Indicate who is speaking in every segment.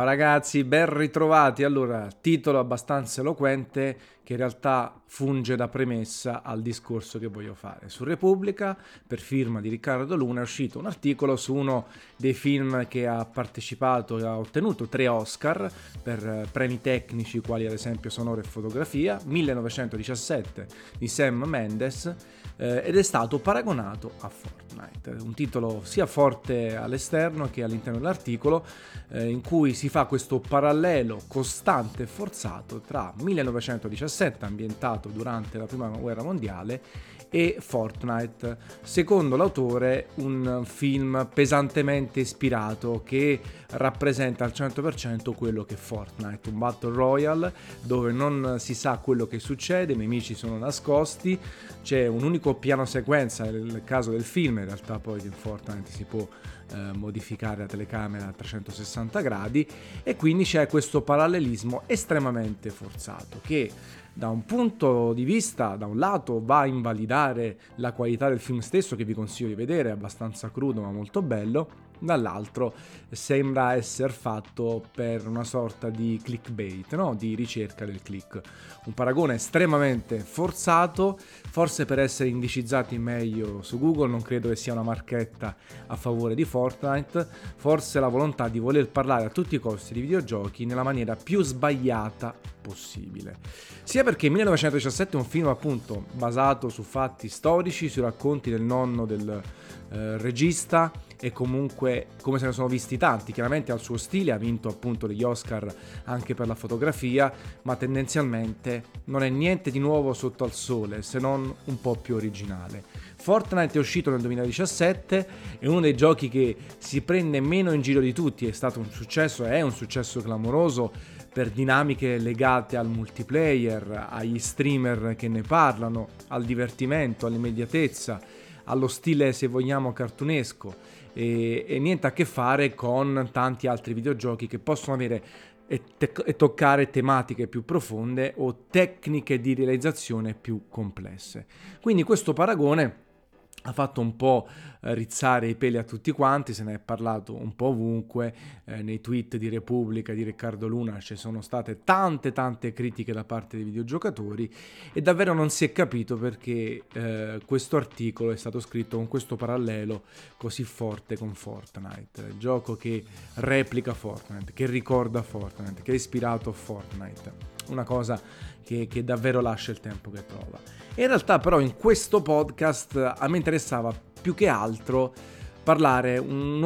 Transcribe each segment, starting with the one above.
Speaker 1: Ciao ragazzi, ben ritrovati. Allora, titolo abbastanza eloquente che in realtà funge da premessa al discorso che voglio fare. Su Repubblica, per firma di Riccardo Luna, è uscito un articolo su uno dei film che ha partecipato e ha ottenuto 3 Oscar per premi tecnici quali ad esempio sonoro e fotografia, 1917 di Sam Mendes, ed è stato paragonato a Fortnite, un titolo sia forte all'esterno che all'interno dell'articolo, in cui si fa questo parallelo costante e forzato tra 1917, ambientato durante la prima guerra mondiale, e Fortnite, secondo l'autore un film pesantemente ispirato che rappresenta al 100% quello che è Fortnite, un battle royale dove non si sa quello che succede, i nemici sono nascosti, c'è un unico piano sequenza nel caso del film, in realtà poi in Fortnite si può modificare la telecamera a 360 gradi, e quindi c'è questo parallelismo estremamente forzato che da un punto di vista, da un lato, va a invalidare la qualità del film stesso, che vi consiglio di vedere, è abbastanza crudo ma molto bello, dall'altro sembra essere fatto per una sorta di clickbait, no? Di ricerca del click. Un paragone estremamente forzato, forse per essere indicizzati meglio su Google, non credo che sia una marchetta a favore di Fortnite, forse la volontà di voler parlare a tutti i costi di videogiochi nella maniera più sbagliata possibile. Sia perché 1917 è un film appunto basato su fatti storici, sui racconti del nonno del regista, e comunque come se ne sono visti tanti, chiaramente ha il suo stile, ha vinto appunto degli Oscar anche per la fotografia, ma tendenzialmente non è niente di nuovo sotto al sole, se non un po' più originale. Fortnite è uscito nel 2017, è uno dei giochi che si prende meno in giro di tutti, è stato un successo, è un successo clamoroso per dinamiche legate al multiplayer, agli streamer che ne parlano, al divertimento, all'immediatezza, allo stile, se vogliamo, cartunesco, e niente a che fare con tanti altri videogiochi che possono avere e toccare tematiche più profonde o tecniche di realizzazione più complesse. Quindi questo paragone ha fatto un po' rizzare i peli a tutti quanti, se ne è parlato un po' ovunque, nei tweet di Repubblica, di Riccardo Luna ci sono state tante critiche da parte dei videogiocatori, e davvero non si è capito perché questo articolo è stato scritto con questo parallelo così forte con Fortnite, il gioco che replica Fortnite, che ricorda Fortnite, che è ispirato a Fortnite, una cosa che davvero lascia il tempo che trova. E in realtà però in questo podcast a me interessava più che altro parlare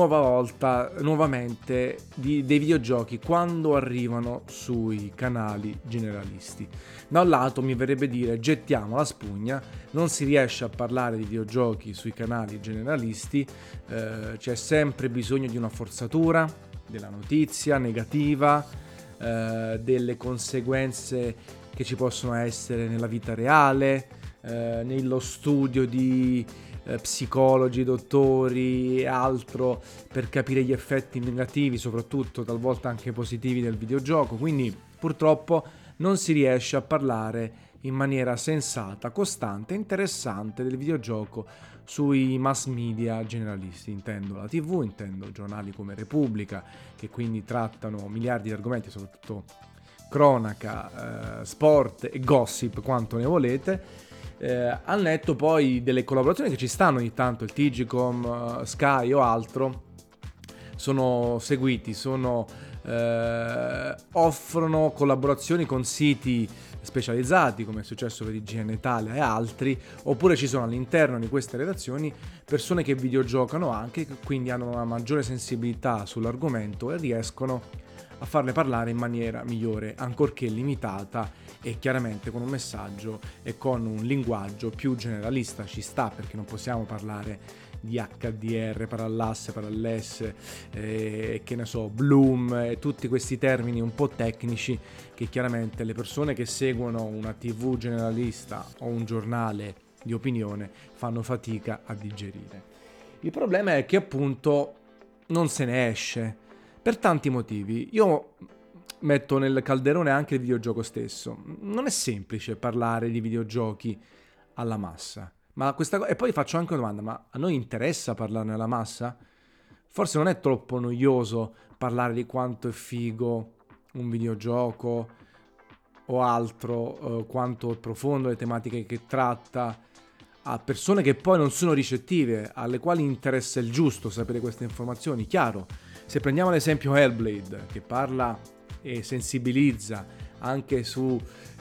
Speaker 1: nuovamente dei videogiochi quando arrivano sui canali generalisti. Da un lato mi verrebbe dire gettiamo la spugna, non si riesce a parlare di videogiochi sui canali generalisti, c'è sempre bisogno di una forzatura, della notizia negativa, delle conseguenze che ci possono essere nella vita reale, nello studio di psicologi, dottori e altro per capire gli effetti negativi, soprattutto talvolta anche positivi del videogioco. Quindi purtroppo non si riesce a parlare in maniera sensata, costante e interessante del videogioco sui mass media generalisti, intendo la TV, intendo giornali come Repubblica, che quindi trattano miliardi di argomenti, soprattutto cronaca, sport e gossip, quanto ne volete, al netto poi delle collaborazioni che ci stanno ogni tanto, il Tigicom, Sky o altro, sono seguiti, offrono collaborazioni con siti specializzati, come è successo per IGN Italia e altri, oppure ci sono all'interno di queste redazioni persone che videogiocano anche, che quindi hanno una maggiore sensibilità sull'argomento e riescono a farle parlare in maniera migliore, ancorché limitata e chiaramente con un messaggio e con un linguaggio più generalista. Ci sta, perché non possiamo parlare di HDR, parallasse, parallesse, che ne so, bloom, e tutti questi termini un po' tecnici che chiaramente le persone che seguono una TV generalista o un giornale di opinione fanno fatica a digerire. Il problema è che appunto non se ne esce per tanti motivi. Io metto nel calderone anche il videogioco stesso. Non è semplice parlare di videogiochi alla massa. E poi faccio anche una domanda, ma a noi interessa parlarne alla massa? Forse non è troppo noioso parlare di quanto è figo un videogioco o altro, quanto è profondo le tematiche che tratta, a persone che poi non sono ricettive, alle quali interessa il giusto sapere queste informazioni. Chiaro, se prendiamo l'esempio Hellblade, che parla e sensibilizza anche su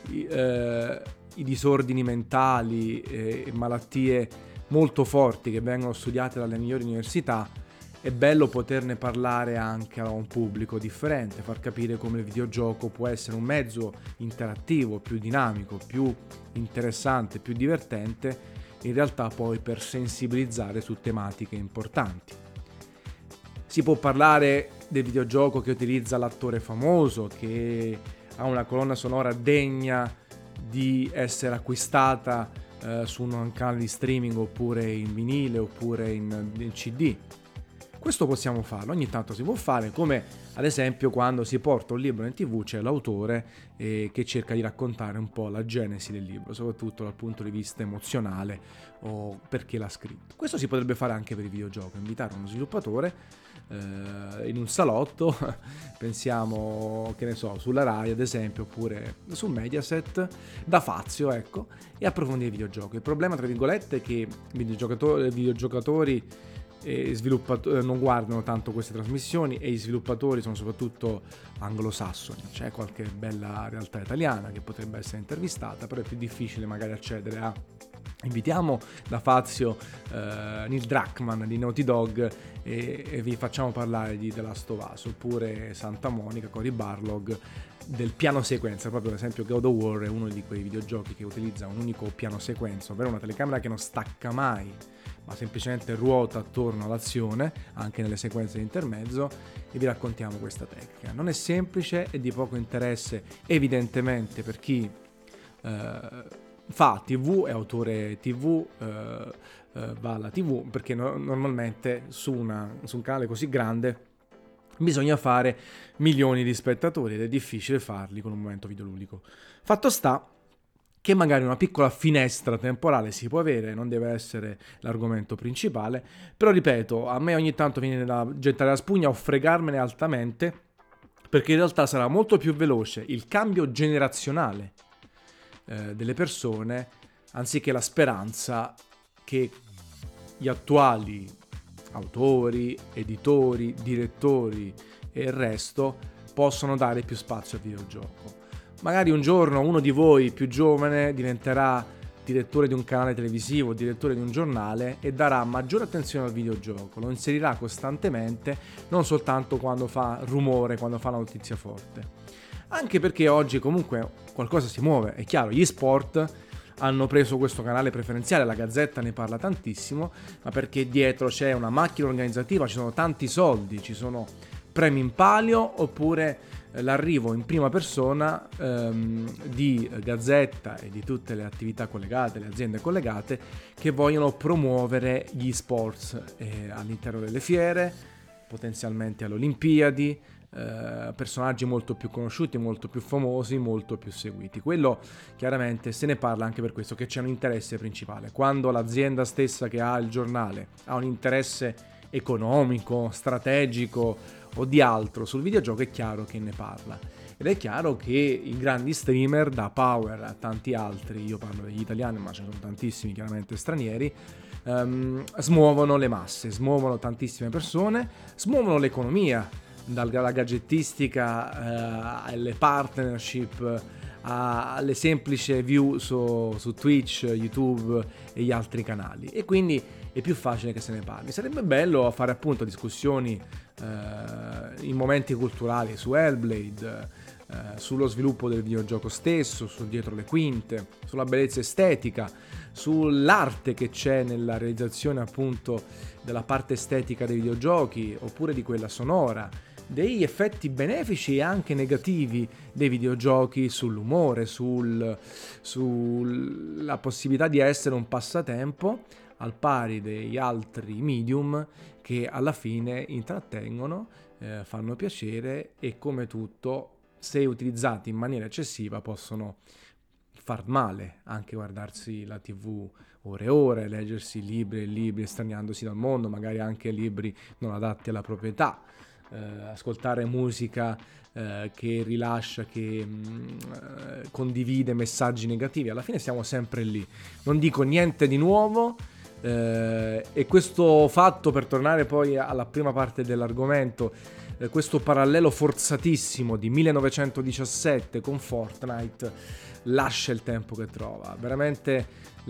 Speaker 1: i disordini mentali e malattie molto forti che vengono studiate dalle migliori università, è bello poterne parlare anche a un pubblico differente, far capire come il videogioco può essere un mezzo interattivo, più dinamico, più interessante, più divertente, in realtà poi per sensibilizzare su tematiche importanti. Si può parlare del videogioco che utilizza l'attore famoso, che ha una colonna sonora degna di essere acquistata su un canale di streaming oppure in vinile oppure in CD. Questo possiamo farlo, ogni tanto si può fare, come ad esempio quando si porta un libro in TV c'è l'autore che cerca di raccontare un po' la genesi del libro, soprattutto dal punto di vista emozionale o perché l'ha scritto. Questo si potrebbe fare anche per il videogioco, invitare uno sviluppatore in un salotto, pensiamo, che ne so, sulla Rai ad esempio, oppure su Mediaset, da Fazio, ecco, e approfondire il videogioco. Il problema, tra virgolette, è che videogiocatori e sviluppatori non guardano tanto queste trasmissioni e gli sviluppatori sono soprattutto anglosassoni. C'è qualche bella realtà italiana che potrebbe essere intervistata, però è più difficile magari accedere a invitiamo da Fazio Neil Druckmann di Naughty Dog e vi facciamo parlare di The Last of Us, oppure Santa Monica, Cory Barlog del piano sequenza. Proprio ad esempio God of War è uno di quei videogiochi che utilizza un unico piano sequenza, ovvero una telecamera che non stacca mai ma semplicemente ruota attorno all'azione anche nelle sequenze di intermezzo, e vi raccontiamo questa tecnica. Non è semplice e di poco interesse evidentemente per chi fa TV, è autore TV, va alla TV, perché normalmente su un canale così grande bisogna fare milioni di spettatori ed è difficile farli con un momento videoludico. Fatto sta che magari una piccola finestra temporale si può avere, non deve essere l'argomento principale, però ripeto, a me ogni tanto viene da gettare la spugna o fregarmene altamente, perché in realtà sarà molto più veloce il cambio generazionale delle persone, anziché la speranza che gli attuali autori, editori, direttori e il resto possono dare più spazio al videogioco. Magari un giorno uno di voi più giovane diventerà direttore di un canale televisivo, direttore di un giornale e darà maggiore attenzione al videogioco, lo inserirà costantemente, non soltanto quando fa rumore, quando fa la notizia forte. Anche perché oggi comunque qualcosa si muove, è chiaro, gli sport hanno preso questo canale preferenziale, la Gazzetta ne parla tantissimo, ma perché dietro c'è una macchina organizzativa, ci sono tanti soldi, ci sono premi in palio oppure l'arrivo in prima persona di Gazzetta e di tutte le attività collegate, le aziende collegate che vogliono promuovere gli sports all'interno delle fiere, potenzialmente alle Olimpiadi, personaggi molto più conosciuti, molto più famosi, molto più seguiti. Quello chiaramente se ne parla anche per questo, che c'è un interesse principale. Quando l'azienda stessa che ha il giornale ha un interesse economico, strategico o di altro sul videogioco, è chiaro che ne parla. Ed è chiaro che i grandi streamer, da Power a tanti altri, io parlo degli italiani ma ce ne sono tantissimi chiaramente stranieri, smuovono le masse, smuovono tantissime persone, smuovono l'economia, dalla gadgettistica alle partnership alle semplici view su Twitch, YouTube e gli altri canali, e quindi è più facile che se ne parli. Sarebbe bello fare appunto discussioni in momenti culturali su Hellblade, sullo sviluppo del videogioco stesso, su dietro le quinte, sulla bellezza estetica, sull'arte che c'è nella realizzazione appunto della parte estetica dei videogiochi oppure di quella sonora, degli effetti benefici e anche negativi dei videogiochi sull'umore, sulla possibilità di essere un passatempo al pari degli altri medium che alla fine intrattengono, fanno piacere e come tutto, se utilizzati in maniera eccessiva, possono far male. Anche guardarsi la TV ore e ore, leggersi libri e libri estraniandosi dal mondo, magari anche libri non adatti alla proprietà. ascoltare musica che rilascia, che condivide messaggi negativi, alla fine siamo sempre lì. Non dico niente di nuovo, e questo fatto, per tornare poi alla prima parte dell'argomento, questo parallelo forzatissimo di 1917 con Fortnite lascia il tempo che trova. Veramente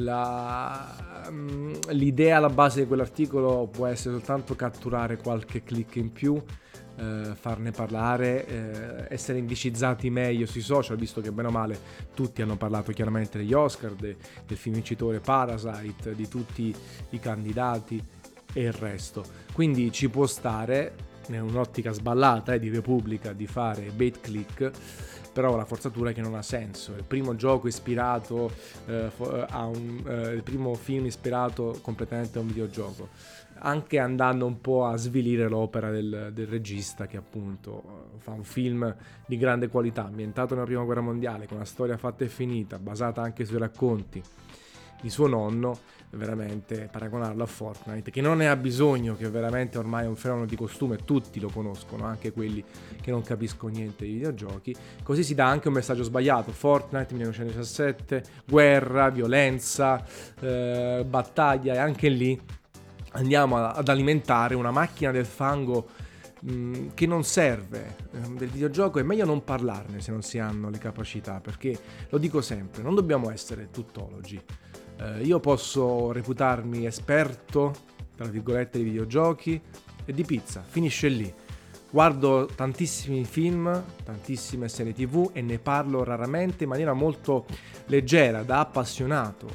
Speaker 1: l'idea alla base di quell'articolo può essere soltanto catturare qualche click in più, farne parlare, essere indicizzati meglio sui social, visto che bene o male tutti hanno parlato chiaramente degli Oscar, del film vincitore Parasite, di tutti i candidati e il resto. Quindi ci può stare, in un'ottica sballata di Repubblica, di fare bait click, però la forzatura è che non ha senso. Il primo gioco ispirato il primo film ispirato completamente a un videogioco, anche andando un po' a svilire l'opera del regista, che appunto fa un film di grande qualità, ambientato nella prima guerra mondiale, con una storia fatta e finita, basata anche sui racconti di suo nonno. Veramente paragonarlo a Fortnite, che non ne ha bisogno, che veramente ormai è un fenomeno di costume, tutti lo conoscono, anche quelli che non capiscono niente di videogiochi. Così si dà anche un messaggio sbagliato: Fortnite 1917, guerra, violenza, battaglia, e anche lì andiamo ad alimentare una macchina del fango che non serve. Del videogioco è meglio non parlarne se non si hanno le capacità, perché lo dico sempre, non dobbiamo essere tuttologi. Io posso reputarmi esperto, tra virgolette, di videogiochi e di pizza, finisce lì. Guardo tantissimi film, tantissime serie TV e ne parlo raramente in maniera molto leggera, da appassionato.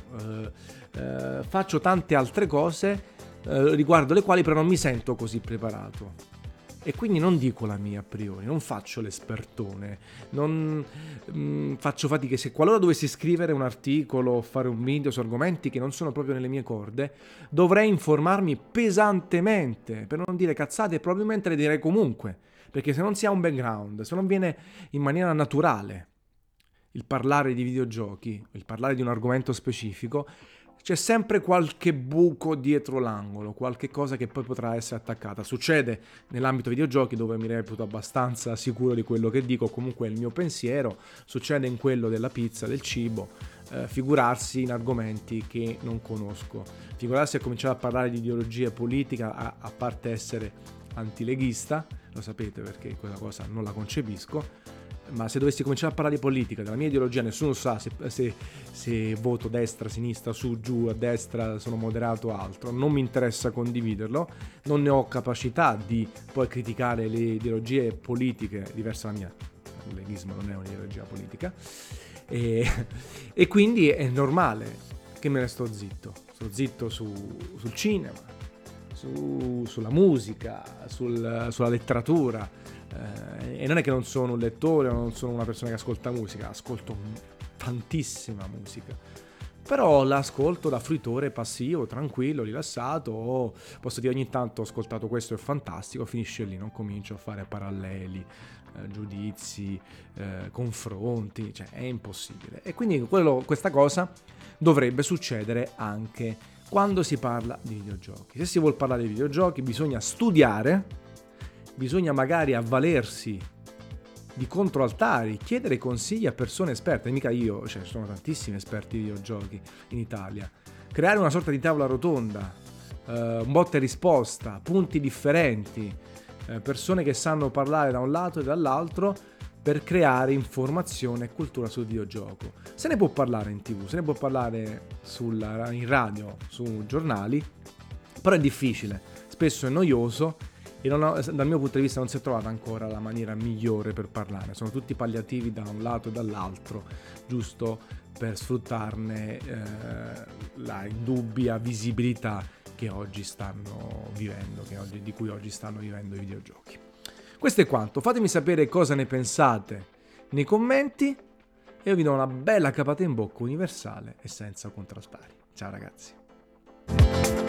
Speaker 1: Faccio tante altre cose riguardo le quali però non mi sento così preparato. E quindi non dico la mia a priori, non faccio l'espertone, non faccio fatica. Se qualora dovessi scrivere un articolo o fare un video su argomenti che non sono proprio nelle mie corde, dovrei informarmi pesantemente, per non dire cazzate, e probabilmente le direi comunque, perché se non si ha un background, se non viene in maniera naturale il parlare di videogiochi, il parlare di un argomento specifico, c'è sempre qualche buco dietro l'angolo, qualche cosa che poi potrà essere attaccata. Succede nell'ambito videogiochi, dove mi reputo abbastanza sicuro di quello che dico, comunque è il mio pensiero. Succede in quello della pizza, del cibo, figurarsi in argomenti che non conosco. Figurarsi a cominciare a parlare di ideologia politica, a parte essere antileghista, lo sapete perché quella cosa non la concepisco. Ma se dovessi cominciare a parlare di politica, della mia ideologia, nessuno sa se voto destra, sinistra, su, giù, a destra, sono moderato o altro. Non mi interessa condividerlo, non ne ho capacità di poi criticare le ideologie politiche diverse dalla mia. Il leghismo non è un'ideologia politica. E quindi è normale che me ne sto zitto. Sto zitto sul cinema, sulla musica, sulla letteratura. E non è che non sono un lettore o non sono una persona che ascolta musica, ascolto tantissima musica, però l'ascolto da fruitore passivo, tranquillo, rilassato, o posso dire ogni tanto ho ascoltato questo, è fantastico, finisce lì, non comincio a fare paralleli, giudizi, confronti, cioè è impossibile. E quindi questa cosa dovrebbe succedere anche quando si parla di videogiochi. Se si vuol parlare di videogiochi bisogna studiare, bisogna magari avvalersi di controaltari, chiedere consigli a persone esperte. Mica io, ci sono tantissimi esperti di videogiochi in Italia. Creare una sorta di tavola rotonda, un botta e risposta, punti differenti, persone che sanno parlare da un lato e dall'altro, per creare informazione e cultura sul videogioco. Se ne può parlare in TV, se ne può parlare in radio, su giornali, però è difficile, spesso è noioso. E dal mio punto di vista non si è trovata ancora la maniera migliore per parlare. Sono tutti palliativi da un lato e dall'altro, giusto per sfruttarne la indubbia visibilità che oggi stanno vivendo, di cui oggi stanno vivendo i videogiochi. Questo è quanto. Fatemi sapere cosa ne pensate nei commenti e io vi do una bella capata in bocca universale e senza contraltari. Ciao ragazzi.